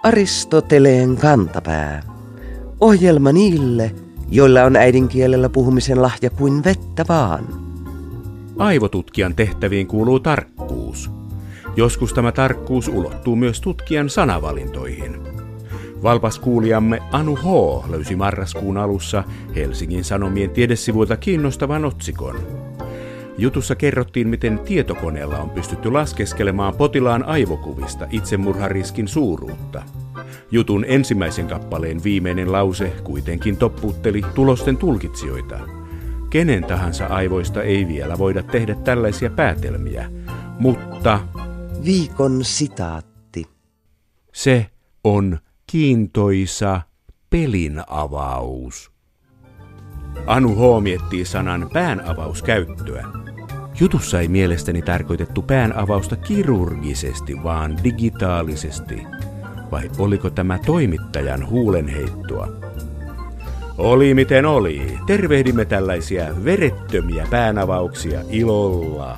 Aristoteleen kantapää. Ohjelma niille, joilla on äidinkielellä puhumisen lahja kuin vettä vaan. Aivotutkijan tehtäviin kuuluu tarkkuus. Joskus tämä tarkkuus ulottuu myös tutkijan sanavalintoihin. Valpas kuulijamme Anu H. löysi marraskuun alussa Helsingin Sanomien tiedesivuilta kiinnostavan otsikon. Jutussa kerrottiin, miten tietokoneella on pystytty laskeskelemaan potilaan aivokuvista itsemurhariskin suuruutta. Jutun ensimmäisen kappaleen viimeinen lause kuitenkin toppuutteli tulosten tulkitsijoita. Kenen tahansa aivoista ei vielä voida tehdä tällaisia päätelmiä, mutta Viikon sitaatti. se on kiintoisa pelinavaus. Anu H. miettii sanan päänavauskäyttöä. Jutussa ei mielestäni tarkoitettu päänavausta kirurgisesti, vaan digitaalisesti. Vai oliko tämä toimittajan huulenheittoa? Oli miten oli. Tervehdimme tällaisia verettömiä päänavauksia ilolla.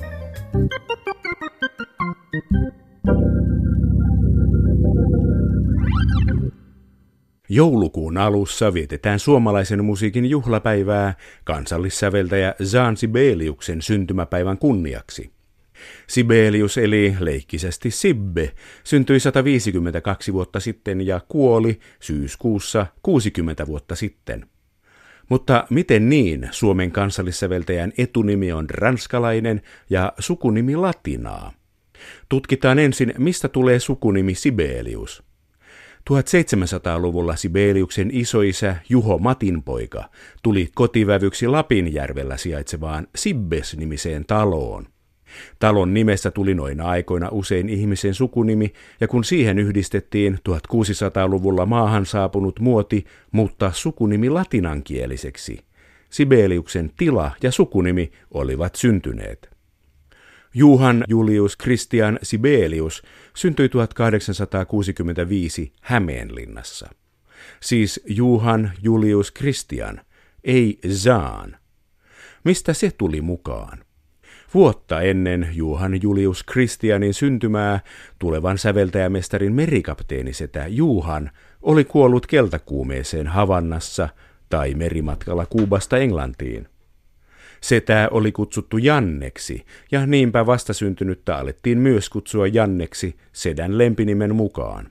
Joulukuun alussa vietetään suomalaisen musiikin juhlapäivää kansallissäveltäjä Jean Sibeliuksen syntymäpäivän kunniaksi. Sibelius eli leikkisesti Sibbe, syntyi 152 vuotta sitten ja kuoli syyskuussa 60 vuotta sitten. Mutta miten niin, Suomen kansallissäveltäjän etunimi on ranskalainen ja sukunimi latinaa? Tutkitaan ensin, mistä tulee sukunimi Sibelius. 1700-luvulla Sibeliuksen isoisä Juho Matinpoika tuli kotivävyksi Lapinjärvellä sijaitsevaan Sibbes-nimiseen taloon. Talon nimestä tuli noina aikoina usein ihmisen sukunimi, ja kun siihen yhdistettiin 1600-luvulla maahan saapunut muoti muuttaa sukunimi latinankieliseksi, Sibeliuksen tila ja sukunimi olivat syntyneet. Johann Julius Christian Sibelius syntyi 1865 Hämeenlinnassa. Siis Johann Julius Christian, ei Jean. Mistä se tuli mukaan? Vuotta ennen Johann Julius Christianin syntymää tulevan säveltäjämestarin merikapteenisetä Johann oli kuollut keltakuumeeseen Havannassa tai merimatkalla Kuubasta Englantiin. Setää oli kutsuttu Janneksi, ja niinpä vastasyntynyttä alettiin myös kutsua Janneksi sedän lempinimen mukaan.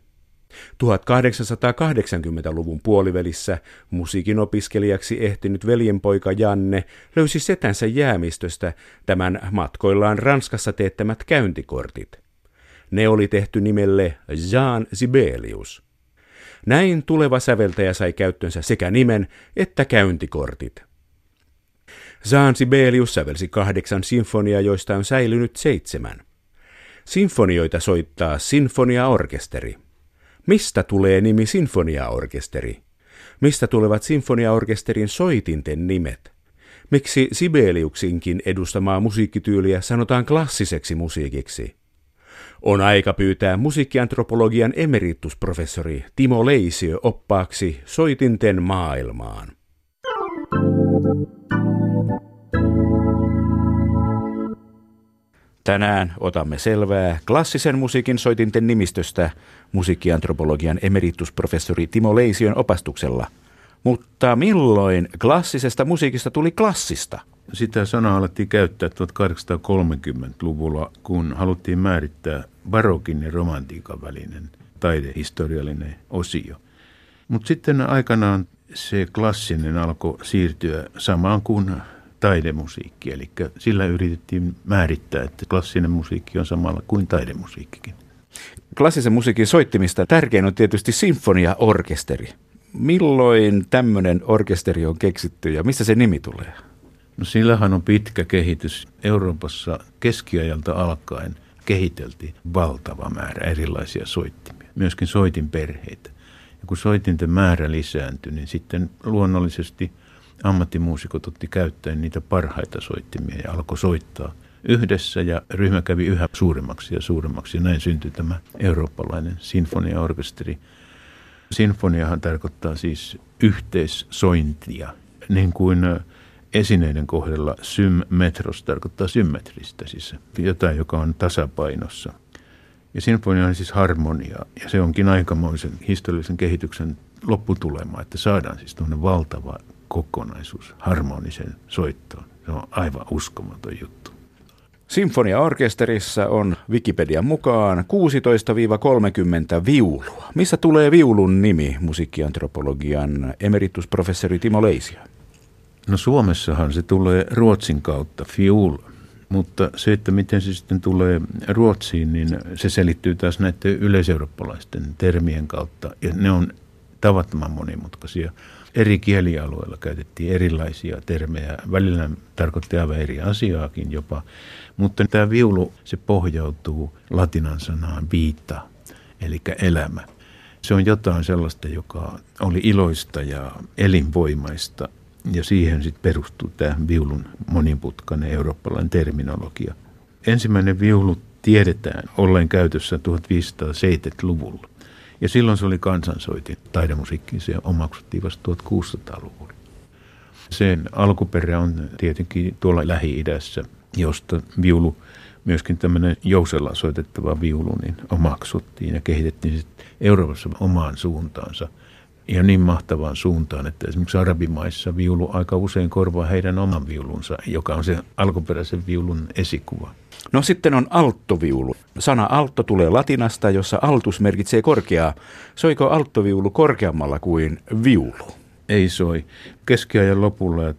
1880-luvun puolivälissä musiikin opiskelijaksi ehtinyt veljenpoika Janne löysi setänsä jäämistöstä tämän matkoillaan Ranskassa teettämät käyntikortit. Ne oli tehty nimelle Jean Sibelius. Näin tuleva säveltäjä sai käyttöönsä sekä nimen että käyntikortit. Jean Sibelius sävelsi 8 sinfoniaa, joista on säilynyt 7. Sinfonioita soittaa sinfoniaorkesteri. Mistä tulee nimi sinfoniaorkesteri? Mistä tulevat sinfoniaorkesterin soitinten nimet? Miksi Sibeliuksinkin edustamaa musiikkityyliä sanotaan klassiseksi musiikiksi? On aika pyytää musiikkiantropologian emeritusprofessori Timo Leisiö oppaaksi soitinten maailmaan. Tänään otamme selvää klassisen musiikin soitinten nimistöstä musiikkiantropologian emeritusprofessori Timo Leisiön opastuksella. Mutta milloin klassisesta musiikista tuli klassista? Sitä sanaa alettiin käyttää 1830-luvulla, kun haluttiin määrittää barokin ja romantiikan välinen taidehistoriallinen osio. Mutta sitten aikanaan se klassinen alkoi siirtyä samaan kuin taidemusiikki, eli sillä yritettiin määrittää, että klassinen musiikki on samalla kuin taidemusiikkikin. Klassisen musiikin soittimista tärkein on tietysti sinfoniaorkesteri. Milloin tämmöinen orkesteri on keksitty ja mistä se nimi tulee? No sillähän on pitkä kehitys. Euroopassa keskiajalta alkaen kehiteltiin valtava määrä erilaisia soittimia, myöskin soitinperheitä. Ja kun soitinten määrä lisääntyi, niin sitten luonnollisesti ammattimuusikot otti käyttöön niitä parhaita soittimia ja alkoi soittaa yhdessä ja ryhmä kävi yhä suuremmaksi ja suuremmaksi. Ja näin syntyi tämä eurooppalainen sinfoniaorkesteri. Sinfoniahan tarkoittaa siis yhteissointia, niin kuin esineiden kohdalla symmetros tarkoittaa symmetristä, siis jotain, joka on tasapainossa. Ja sinfonia on siis harmonia, ja se onkin aikamoisen historiallisen kehityksen lopputulema, että saadaan siis tuonne valtava kokonaisuus harmonisen soittoon. Se on aivan uskomaton juttu. Sinfoniaorkesterissa on Wikipedian mukaan 16-30 viulua. Missä tulee viulun nimi, musiikkiantropologian emeritusprofessori Timo Leisio? No Suomessahan se tulee ruotsin kautta, fiul. Mutta se, että miten se sitten tulee Ruotsiin, niin se selittyy taas näiden yleiseurooppalaisten termien kautta. Ja ne on tavattoman monimutkaisia. Eri kielialueilla käytettiin erilaisia termejä. Välillä tarkoitti aivan eri asiaakin jopa. Mutta tämä viulu, se pohjautuu latinan sanaan vita, eli elämä. Se on jotain sellaista, joka oli iloista ja elinvoimaista. Ja siihen sitten perustuu tämä viulun moniputkainen eurooppalainen terminologia. Ensimmäinen viulu tiedetään olleen käytössä 1570-luvulla. Ja silloin se oli kansansoitin taidemusiikkiin, se omaksuttiin vasta 1600-luvulla. Sen alkuperä on tietenkin tuolla Lähi-idässä, josta viulu, myöskin tämmöinen jousella soitettava viulu, niin omaksuttiin ja kehitettiin sitten Euroopassa omaan suuntaansa. Ja niin mahtavaan suuntaan, että esimerkiksi arabimaissa viulu aika usein korvaa heidän oman viulunsa, joka on se alkuperäisen viulun esikuva. No sitten on alttoviulu. Sana altto tulee latinasta, jossa altus merkitsee korkeaa. Soiko alttoviulu korkeammalla kuin viulu? Ei soi. Keskiajan lopulla ja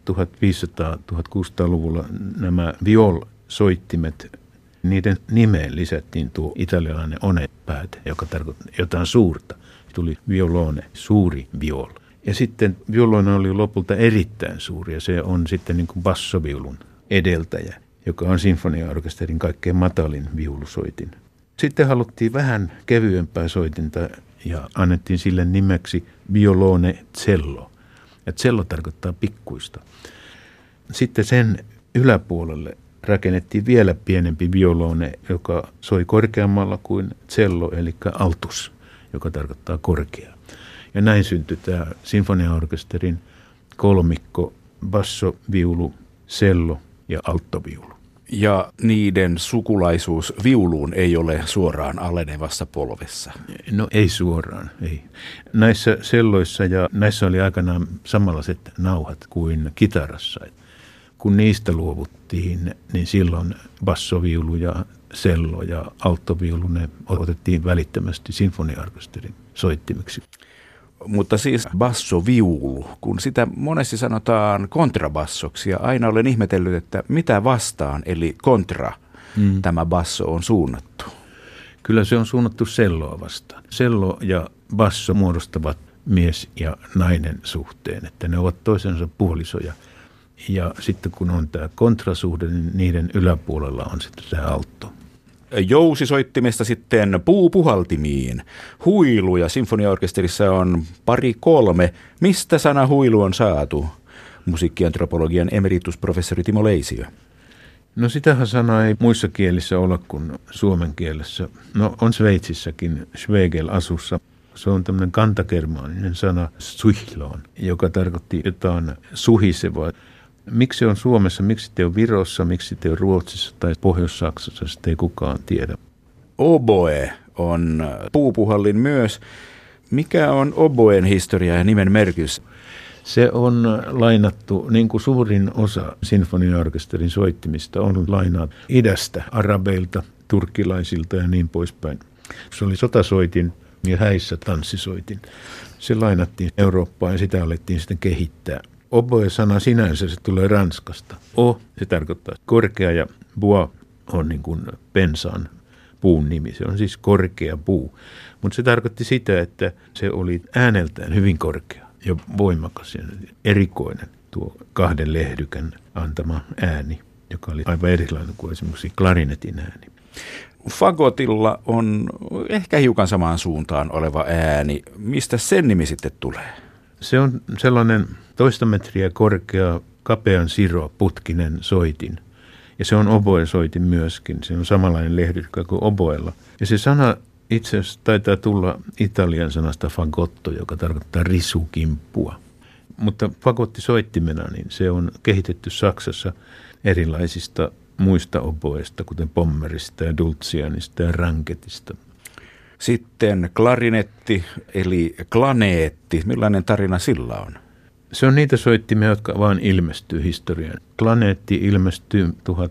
1500-1600-luvulla nämä viol-soittimet, niiden nimeen lisättiin tuo italialainen one-pääte, joka tarkoittaa jotain suurta. Tuli violone, suuri viol. Ja sitten violone oli lopulta erittäin suuri ja se on sitten niin kuin bassoviulun edeltäjä, joka on sinfoniaorkesterin kaikkein matalin viulusoitin. Sitten haluttiin vähän kevyempää soitinta ja annettiin sille nimeksi violone cello. Ja cello tarkoittaa pikkuista. Sitten sen yläpuolelle rakennettiin vielä pienempi violone, joka soi korkeammalla kuin cello, eli altus, joka tarkoittaa korkea. Ja näin syntyi tämä sinfoniaorkesterin kolmikko, basso, viulu, cello ja alttoviulu. Ja niiden sukulaisuus viuluun ei ole suoraan alenevassa polvessa? No ei suoraan, ei. Näissä selloissa ja näissä oli aikanaan samanlaiset nauhat kuin kitarassa. Kun niistä luovuttiin, niin silloin bassoviulu ja cello ja alttoviulu, ne otettiin välittömästi sinfoniaorkesterin soittimiksi. Mutta siis bassoviulu, kun sitä monesti sanotaan kontrabassoksi, ja aina olen ihmetellyt, että mitä vastaan, eli kontra, tämä basso on suunnattu. Kyllä se on suunnattu celloa vastaan. Cello ja basso muodostavat mies ja nainen suhteen, että ne ovat toisensa puolisoja. Ja sitten kun on tämä kontrasuhde, niin niiden yläpuolella on sitten tämä altto. Jousisoittimesta sitten puupuhaltimiin. Huiluja sinfoniaorkesterissa on 2-3. Mistä sana huilu on saatu? Musiikkiantropologian emeritusprofessori Timo Leisio. No sitähän sanaa ei muissa kielissä ole kuin suomen kielessä. No on Sveitsissäkin, Schwegel-asussa. Se on tämmöinen kantagermaaninen sana suihloon, joka tarkoitti jotain suhisevaa. Miksi se on Suomessa, miksi te on Virossa, miksi te on Ruotsissa tai Pohjois-Saksassa, sitä ei kukaan tiedä. Oboe on puupuhallin myös. Mikä on oboen historia ja nimen merkitys? Se on lainattu, niin kuin suurin osa sinfoniaorkesterin soittimista on lainattu idästä, arabeilta, turkkilaisilta ja niin poispäin. Se oli sotasoitin ja häissä tanssisoitin. Se lainattiin Eurooppaan ja sitä alettiin sitten kehittää. Oboe-sana sinänsä, se tulee Ranskasta. Se tarkoittaa korkea ja bois on niin kuin pensaan puun nimi. Se on siis korkea puu. Mutta se tarkoitti sitä, että se oli ääneltään hyvin korkea ja voimakas ja erikoinen tuo 2 lehdykän antama ääni, joka oli aivan erilainen kuin esimerkiksi klarinetin ääni. Fagotilla on ehkä hiukan samaan suuntaan oleva ääni. Mistä sen nimi sitten tulee? Se on sellainen 2 metriä korkea, kapean putkinen soitin. Ja se on oboe-soitin myöskin. Se on samanlainen lehdykkä kuin oboella. Ja se sana itse asiassa taitaa tulla italian sanasta fagotto, joka tarkoittaa risukimppua. Mutta fagottisoittimena, niin se on kehitetty Saksassa erilaisista muista oboeista, kuten pommerista ja dulcianista ja ranketista. Sitten klarinetti eli klaneetti. Millainen tarina sillä on? Se on niitä soittimia, jotka vaan ilmestyy historiaan. Klaneetti ilmestyy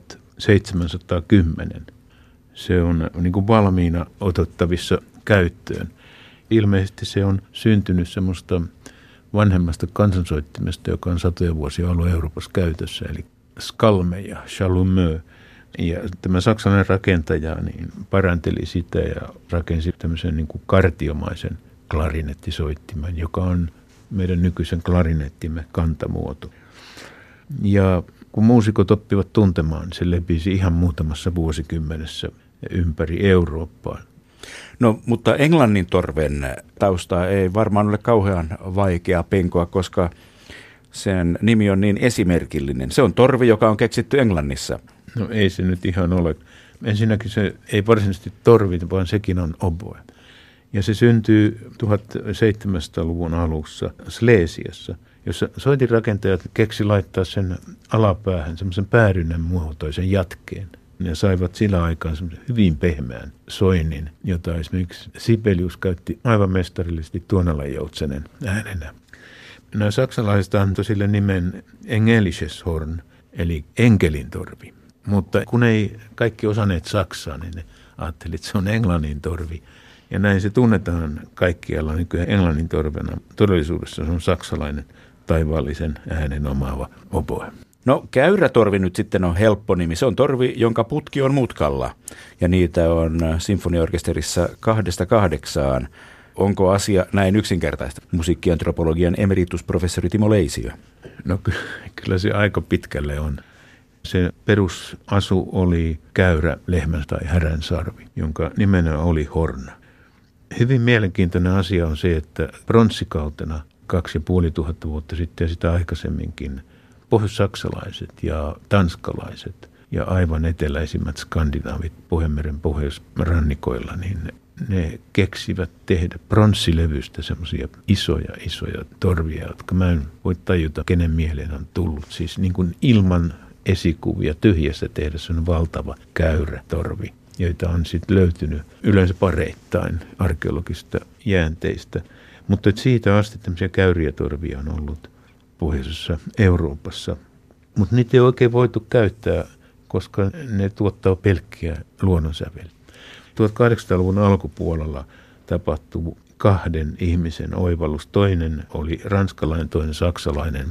1710. Se on niin kuin valmiina otettavissa käyttöön. Ilmeisesti se on syntynyt semmoista vanhemmasta kansansoittimesta, joka on satoja vuosia ollut Euroopassa käytössä, eli Skalme ja Chalumeau. Ja tämä saksalainen rakentaja niin paranteli sitä ja rakensi tämmöisen niin kuin kartiomaisen klarinettisoittimen, joka on meidän nykyisen klarinettimme kantamuoto. Ja kun muusikot oppivat tuntemaan, se levisi ihan muutamassa vuosikymmenessä ympäri Eurooppaa. No, mutta englannin torven taustaa ei varmaan ole kauhean vaikea penkoa, koska sen nimi on niin esimerkillinen. Se on torvi, joka on keksitty Englannissa. No ei se nyt ihan ole. Ensinnäkin se ei varsinaisesti torvi, vaan sekin on oboe. Ja se syntyy 1700-luvun alussa Slesiassa, jossa soitinrakentajat keksi laittaa sen alapäähän semmoisen päärynnän muotoisen jatkeen. Ne saivat sillä aikaan semmoisen hyvin pehmeän soinnin, jota esimerkiksi Sibelius käytti aivan mestarillisesti Tuonalan-Joutsenen äänenä. Nämä saksalaiset antoi sille nimen Engelisches Horn, eli enkelintorvi. Mutta kun ei kaikki osanneet saksaa, niin ne ajattelivat, että se on englannin torvi. Ja näin se tunnetaan kaikkialla nykyään englannin torvena. Todellisuudessa se on saksalainen taivaallisen äänen omaava oboe. No, käyrätorvi nyt sitten on helppo nimi. Se on torvi, jonka putki on mutkalla. Ja niitä on sinfoniaorkesterissa 2-8. Onko asia näin yksinkertaista? Musiikkiantropologian emeritusprofessori Timo Leisiö. No kyllä se aika pitkälle on. Se perusasu oli käyrä lehmän tai härän sarvi, jonka nimenä oli horn. Hyvin mielenkiintoinen asia on se, että pronssikautena 2500 vuotta sitten ja sitä aikaisemminkin pohjois-saksalaiset ja tanskalaiset ja aivan eteläisimmät skandinaavit Pohjanmeren pohjoisrannikoilla, niin ne keksivät tehdä pronssilevystä semmoisia isoja torvia, jotka mä en voi tajuta, kenen mieleen on tullut. Siis niin kuin ilman esikuvia tyhjästä tehdä sellainen valtava käyrä torvi, joita on sitten löytynyt yleensä pareittain arkeologista jäänteistä. Mutta siitä asti tämmöisiä käyriä torvia on ollut pohjoisessa Euroopassa. Mutta niitä ei oikein voitu käyttää, koska ne tuottaa pelkkiä luonnonsäveliä. 1800-luvun alkupuolella tapahtui 2 ihmisen oivallus. Toinen oli ranskalainen, toinen saksalainen.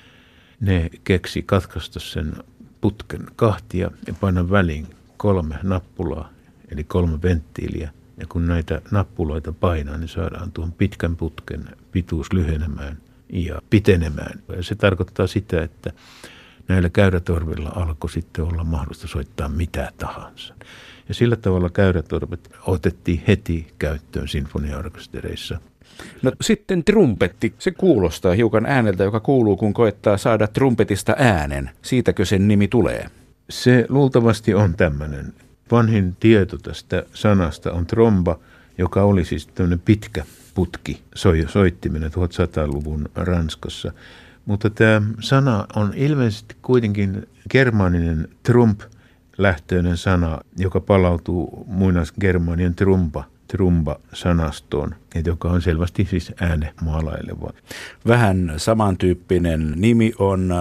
Ne keksi katkaista sen putken kahtia ja panna väliin 3 nappulaa, eli 3 venttiiliä. Ja kun näitä nappuloita painaa, niin saadaan tuon pitkän putken pituus lyhenemään ja pitenemään. Ja se tarkoittaa sitä, että näillä käyrätorvilla alkoi sitten olla mahdollista soittaa mitä tahansa. Ja sillä tavalla käyrätorvet otettiin heti käyttöön sinfoniaorkestereissa. No sitten trumpetti. Se kuulostaa hiukan ääneltä, joka kuuluu, kun koettaa saada trumpetista äänen. Siitäkö sen nimi tulee? Se luultavasti on tämmöinen. Vanhin tieto tästä sanasta on tromba, joka oli siis tämmöinen pitkä putki soittiminen 1100-luvun Ranskassa. Mutta tämä sana on ilmeisesti kuitenkin germaaninen trump-lähtöinen sana, joka palautuu muinaisgermaanien trumba-sanastoon, joka on selvästi siis äänemaalaileva. Vähän samantyyppinen nimi on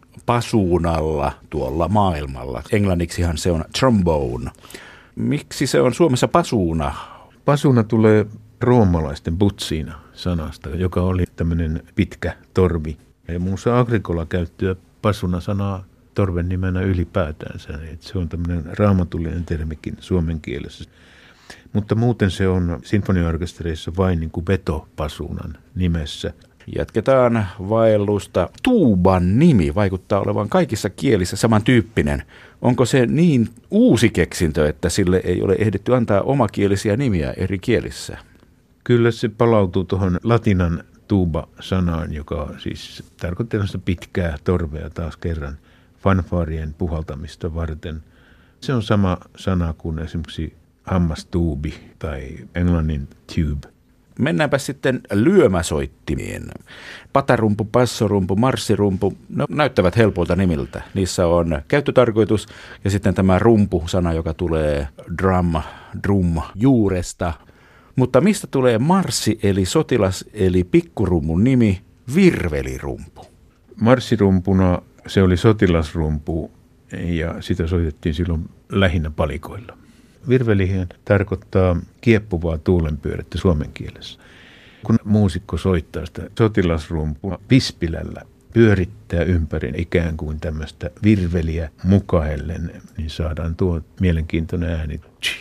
pasuunalla tuolla maailmalla. Englanniksihan se on trombone. Miksi se on Suomessa pasuuna? Pasuuna tulee roomalaisten butsina sanasta, joka oli tämmöinen pitkä torvi. Ja muussa Agricola käyttöä pasuna-sanaa torven nimenä ylipäätänsä. Se on tämmöinen raamatullinen termikin suomen kielessä. Mutta muuten se on sinfoniaorkestereissa vain niin kuin vetopasuunan nimessä. Jatketaan vaellusta. Tuuban nimi vaikuttaa olevan kaikissa kielissä samantyyppinen. Onko se niin uusi keksintö, että sille ei ole ehditty antaa omakielisiä nimiä eri kielissä? Kyllä se palautuu tuohon latinan tuuba-sanaan, joka siis tarkoittaa pitkää torvea taas kerran fanfaarien puhaltamista varten. Se on sama sana kuin esimerkiksi hammastuubi tai englannin tube. Mennäänpä sitten lyömäsoittimiin. Patarumpu, passorumpu, marssirumpu, ne näyttävät helpolta nimiltä. Niissä on käyttötarkoitus ja sitten tämä rumpu-sana, joka tulee drum juuresta. Mutta mistä tulee marssi eli sotilas eli pikkurummun nimi virvelirumpu? Marssirumpuna se oli sotilasrumpu ja sitä soitettiin silloin lähinnä palikoilla. Virvelihän tarkoittaa kieppuvaa tuulenpyörättä suomen kielessä. Kun muusikko soittaa sitä sotilasrumpua pispilällä, pyörittää ympäri ikään kuin tämmöistä virveliä mukaellen, niin saadaan tuo mielenkiintoinen ääni.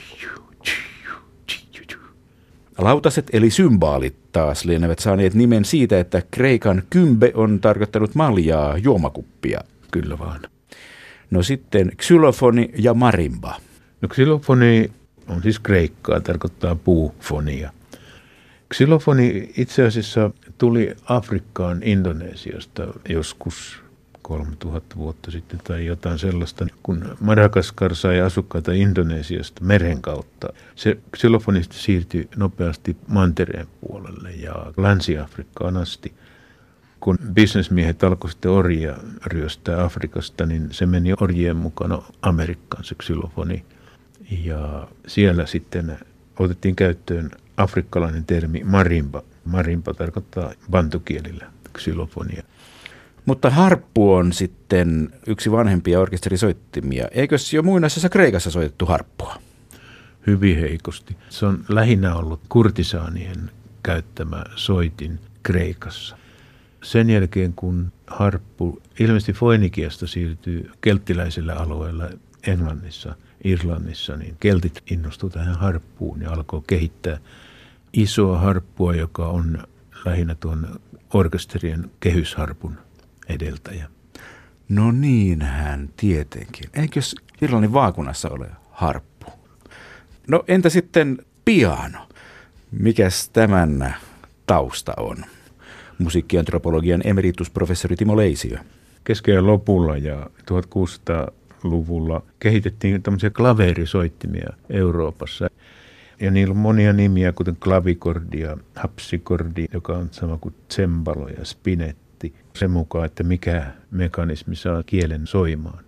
Lautaset eli symbaalit taas lienevät saaneet nimen siitä, että kreikan kymbe on tarkoittanut maljaa, juomakuppia. Kyllä vaan. No sitten xylofoni ja marimba. No xylofoni on siis kreikkaa, tarkoittaa puufonia. Xylofoni itse asiassa tuli Afrikkaan Indonesiasta joskus 3000 vuotta sitten tai jotain sellaista, kun Madagaskar sai asukkaita Indonesiasta meren kautta. Se xylofonista siirtyi nopeasti mantereen puolelle ja Länsi-Afrikkaan asti. Kun bisnesmiehet alkoivat sitten orjia ryöstää Afrikasta, niin se meni orjien mukana Amerikkaan se xylofoni. Ja siellä sitten otettiin käyttöön afrikkalainen termi marimba. Marimba tarkoittaa bantukielillä xylofonia. Mutta harppu on sitten yksi vanhempia orkesterisoittimia. Eikös jo muinaisessa Kreikassa soitettu harppua? Hyvin heikosti. Se on lähinnä ollut kurtisaanien käyttämä soitin Kreikassa. Sen jälkeen, kun harppu ilmeisesti Foinikiasta siirtyy kelttiläisellä alueella Englannissa, Irlannissa, niin keltit innostuivat tähän harppuun ja alkoi kehittää isoa harppua, joka on lähinnä tuon orkesterien kehysharpun edeltäjä. No niinhän tietenkin. Eikös Irlannin vaakunassa ole harppu? No entä sitten piano? Mikäs tämän tausta on? Musiikkiantropologian emeritusprofessori Timo Leisiö. Keskiajan lopulla ja 1600-luvulla kehitettiin tämmöisiä klaveerisoittimia Euroopassa. Ja niillä on monia nimiä, kuten klavikordi ja hapsikordi, joka on sama kuin tsembalo ja spinetti. Sen mukaan, että mikä mekanismi saa kielen soimaan.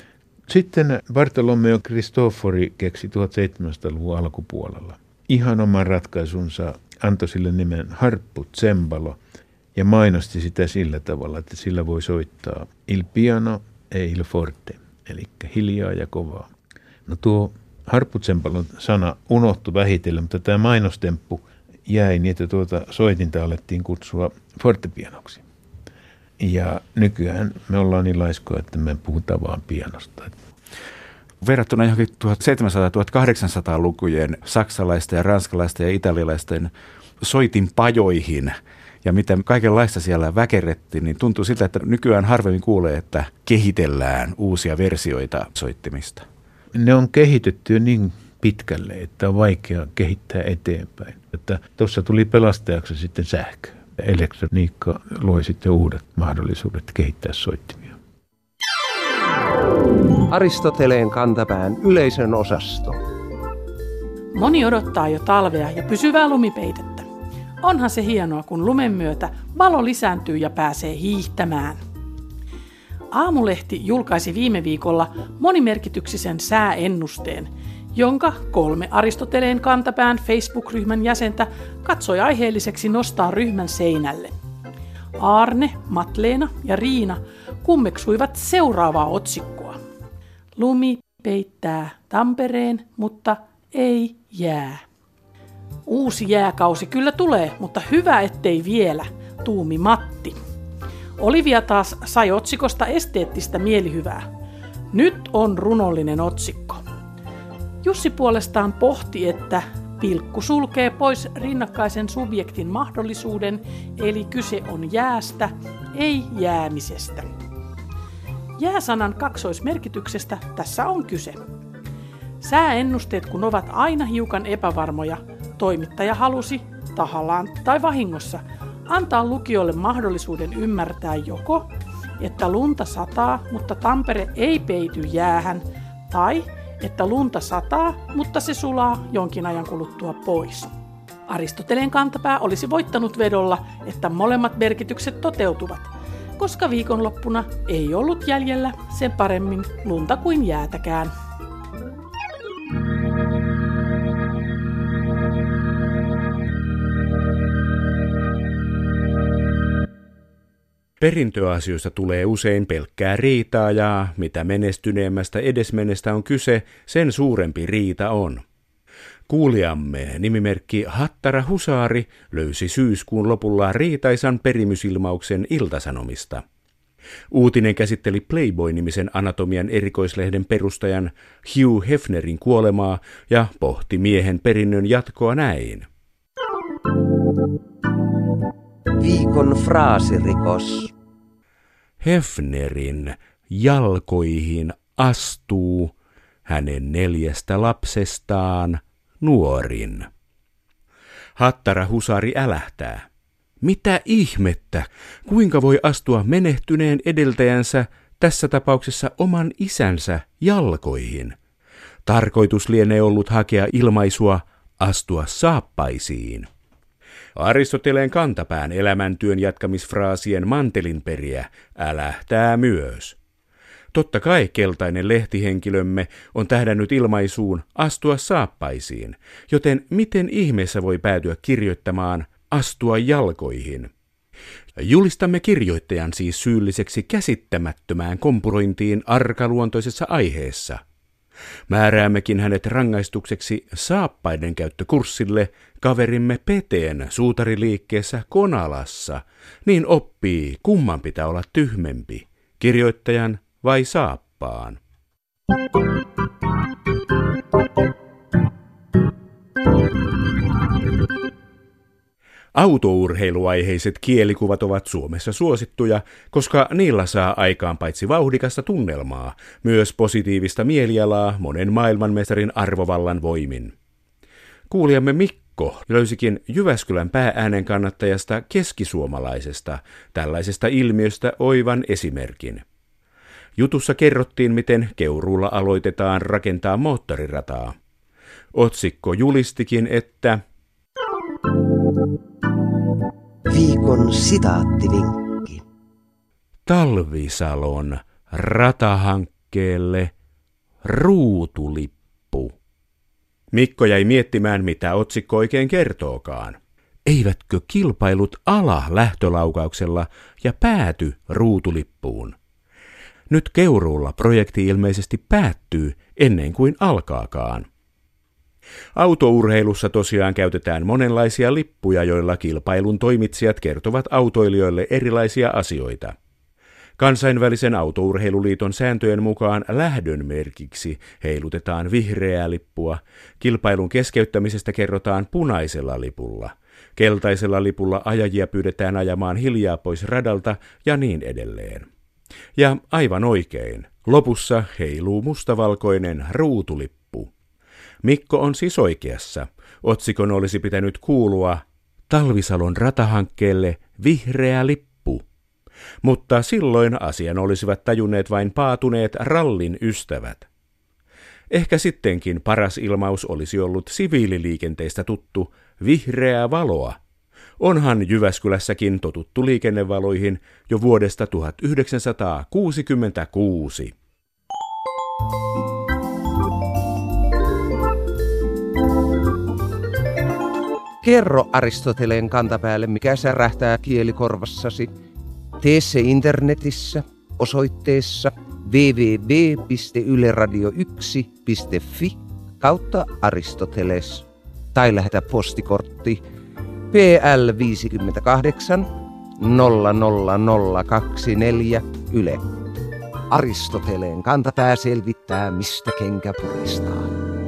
Sitten Bartolomeo Cristofori keksi 1700-luvun alkupuolella ihan oman ratkaisunsa, antoi sille nimen harppu tsembalo ja mainosti sitä sillä tavalla, että sillä voi soittaa il piano e il forte, eli hiljaa ja kovaa. No tuo harpputsembalon sana unohtui vähitellen, mutta tämä mainostemppu jäi niin, että tuota soitinta alettiin kutsua fortepianoksi. Ja nykyään me ollaan niin laiskoja, että me puhutaan vaan pianosta. Verrattuna johonkin 1700-1800-lukujen saksalaisten ja ranskalaisten ja italialaisten soitinpajoihin ja mitä kaikenlaista siellä väkerrettiin, niin tuntuu siltä, että nykyään harvemmin kuulee, että kehitellään uusia versioita soittimista. Ne on kehitetty niin pitkälle, että on vaikea kehittää eteenpäin. Tuossa tuli pelastajaksi sitten sähkö. Elektroniikka loi sitten uudet mahdollisuudet kehittää soittimia. Aristoteleen kantapään yleisön osasto. Moni odottaa jo talvea ja pysyvää lumipeitettä. Onhan se hienoa, kun lumen myötä valo lisääntyy ja pääsee hiihtämään. Aamulehti julkaisi viime viikolla monimerkityksisen sääennusteen, jonka 3 Aristoteleen kantapään Facebook-ryhmän jäsentä katsoi aiheelliseksi nostaa ryhmän seinälle. Aarne, Matleena ja Riina kummeksuivat seuraavaa otsikkoa. Lumi peittää Tampereen, mutta ei jää. Uusi jääkausi kyllä tulee, mutta hyvä ettei vielä, tuumi Matti. Olivia taas sai otsikosta esteettistä mielihyvää. Nyt on runollinen otsikko. Jussi puolestaan pohti, että pilkku sulkee pois rinnakkaisen subjektin mahdollisuuden, eli kyse on jäästä, ei jäämisestä. Jääsanan kaksoismerkityksestä tässä on kyse. Sääennusteet kun ovat aina hiukan epävarmoja, toimittaja halusi, tahallaan tai vahingossa, antaa lukijoille mahdollisuuden ymmärtää joko, että lunta sataa, mutta Tampere ei peity jäähän, tai että lunta sataa, mutta se sulaa jonkin ajan kuluttua pois. Aristoteleen kantapää olisi voittanut vedolla, että molemmat merkitykset toteutuvat, koska viikonloppuna ei ollut jäljellä sen paremmin lunta kuin jäätäkään. Perintöasioista tulee usein pelkkää riitaa ja mitä menestyneemmästä edesmennestä on kyse, sen suurempi riita on. Kuulijamme nimimerkki Hattara Husaari löysi syyskuun lopulla riitaisan perimysilmauksen Ilta-Sanomista. Uutinen käsitteli Playboy-nimisen anatomian erikoislehden perustajan Hugh Hefnerin kuolemaa ja pohti miehen perinnön jatkoa näin. Viikon fraasirikos. Hefnerin jalkoihin astuu hänen 4 lapsestaan nuorin. Hattara Husaari älähtää. Mitä ihmettä? Kuinka voi astua menehtyneen edeltäjänsä, tässä tapauksessa oman isänsä, jalkoihin? Tarkoitus lienee ollut hakea ilmaisua astua saappaisiin. Aristoteleen kantapään elämäntyön jatkamisfraasien mantelinperiä älähtää myös. Totta kai keltainen lehtihenkilömme on tähdännyt ilmaisuun astua saappaisiin, joten miten ihmeessä voi päätyä kirjoittamaan astua jalkoihin? Julistamme kirjoittajan siis syylliseksi käsittämättömään kompurointiin arkaluontoisessa aiheessa. Määräämmekin hänet rangaistukseksi saappaiden käyttökurssille kaverimme Peteen suutariliikkeessä Konalassa, niin oppii kumman pitää olla tyhmempi, kirjoittajan vai saappaan. Autourheiluaiheiset kielikuvat ovat Suomessa suosittuja, koska niillä saa aikaan paitsi vauhdikasta tunnelmaa, myös positiivista mielialaa monen maailmanmestarin arvovallan voimin. Kuulijamme Mikko löysikin Jyväskylän päääänen kannattajasta keskisuomalaisesta tällaisesta ilmiöstä oivan esimerkin. Jutussa kerrottiin, miten Keuruulla aloitetaan rakentaa moottorirataa. Otsikko julistikin, että Viikon sitaattivinkki. Talvisalon ratahankkeelle ruutulippu. Mikko jäi miettimään, mitä otsikko oikein kertookaan. Eivätkö kilpailut ala lähtölaukauksella ja pääty ruutulippuun? Nyt Keuruulla projekti ilmeisesti päättyy ennen kuin alkaakaan. Autourheilussa tosiaan käytetään monenlaisia lippuja, joilla kilpailun toimitsijat kertovat autoilijoille erilaisia asioita. Kansainvälisen autourheiluliiton sääntöjen mukaan lähdön merkiksi heilutetaan vihreää lippua, kilpailun keskeyttämisestä kerrotaan punaisella lipulla, keltaisella lipulla ajajia pyydetään ajamaan hiljaa pois radalta ja niin edelleen. Ja aivan oikein, lopussa heiluu mustavalkoinen ruutulippu. Mikko on siis oikeassa. Otsikon olisi pitänyt kuulua Talvisalon ratahankkeelle vihreä lippu. Mutta silloin asian olisivat tajunneet vain paatuneet rallin ystävät. Ehkä sittenkin paras ilmaus olisi ollut siviililiikenteestä tuttu vihreää valoa. Onhan Jyväskylässäkin totuttu liikennevaloihin jo vuodesta 1966. Kerro Aristoteleen kantapäälle, mikä särähtää kielikorvassasi. Tee se internetissä osoitteessa www.yleradio1.fi/Aristoteles tai lähetä postikortti PL 58 00024 Yle. Aristoteleen kantapää selvittää, mistä kenkä puristaa.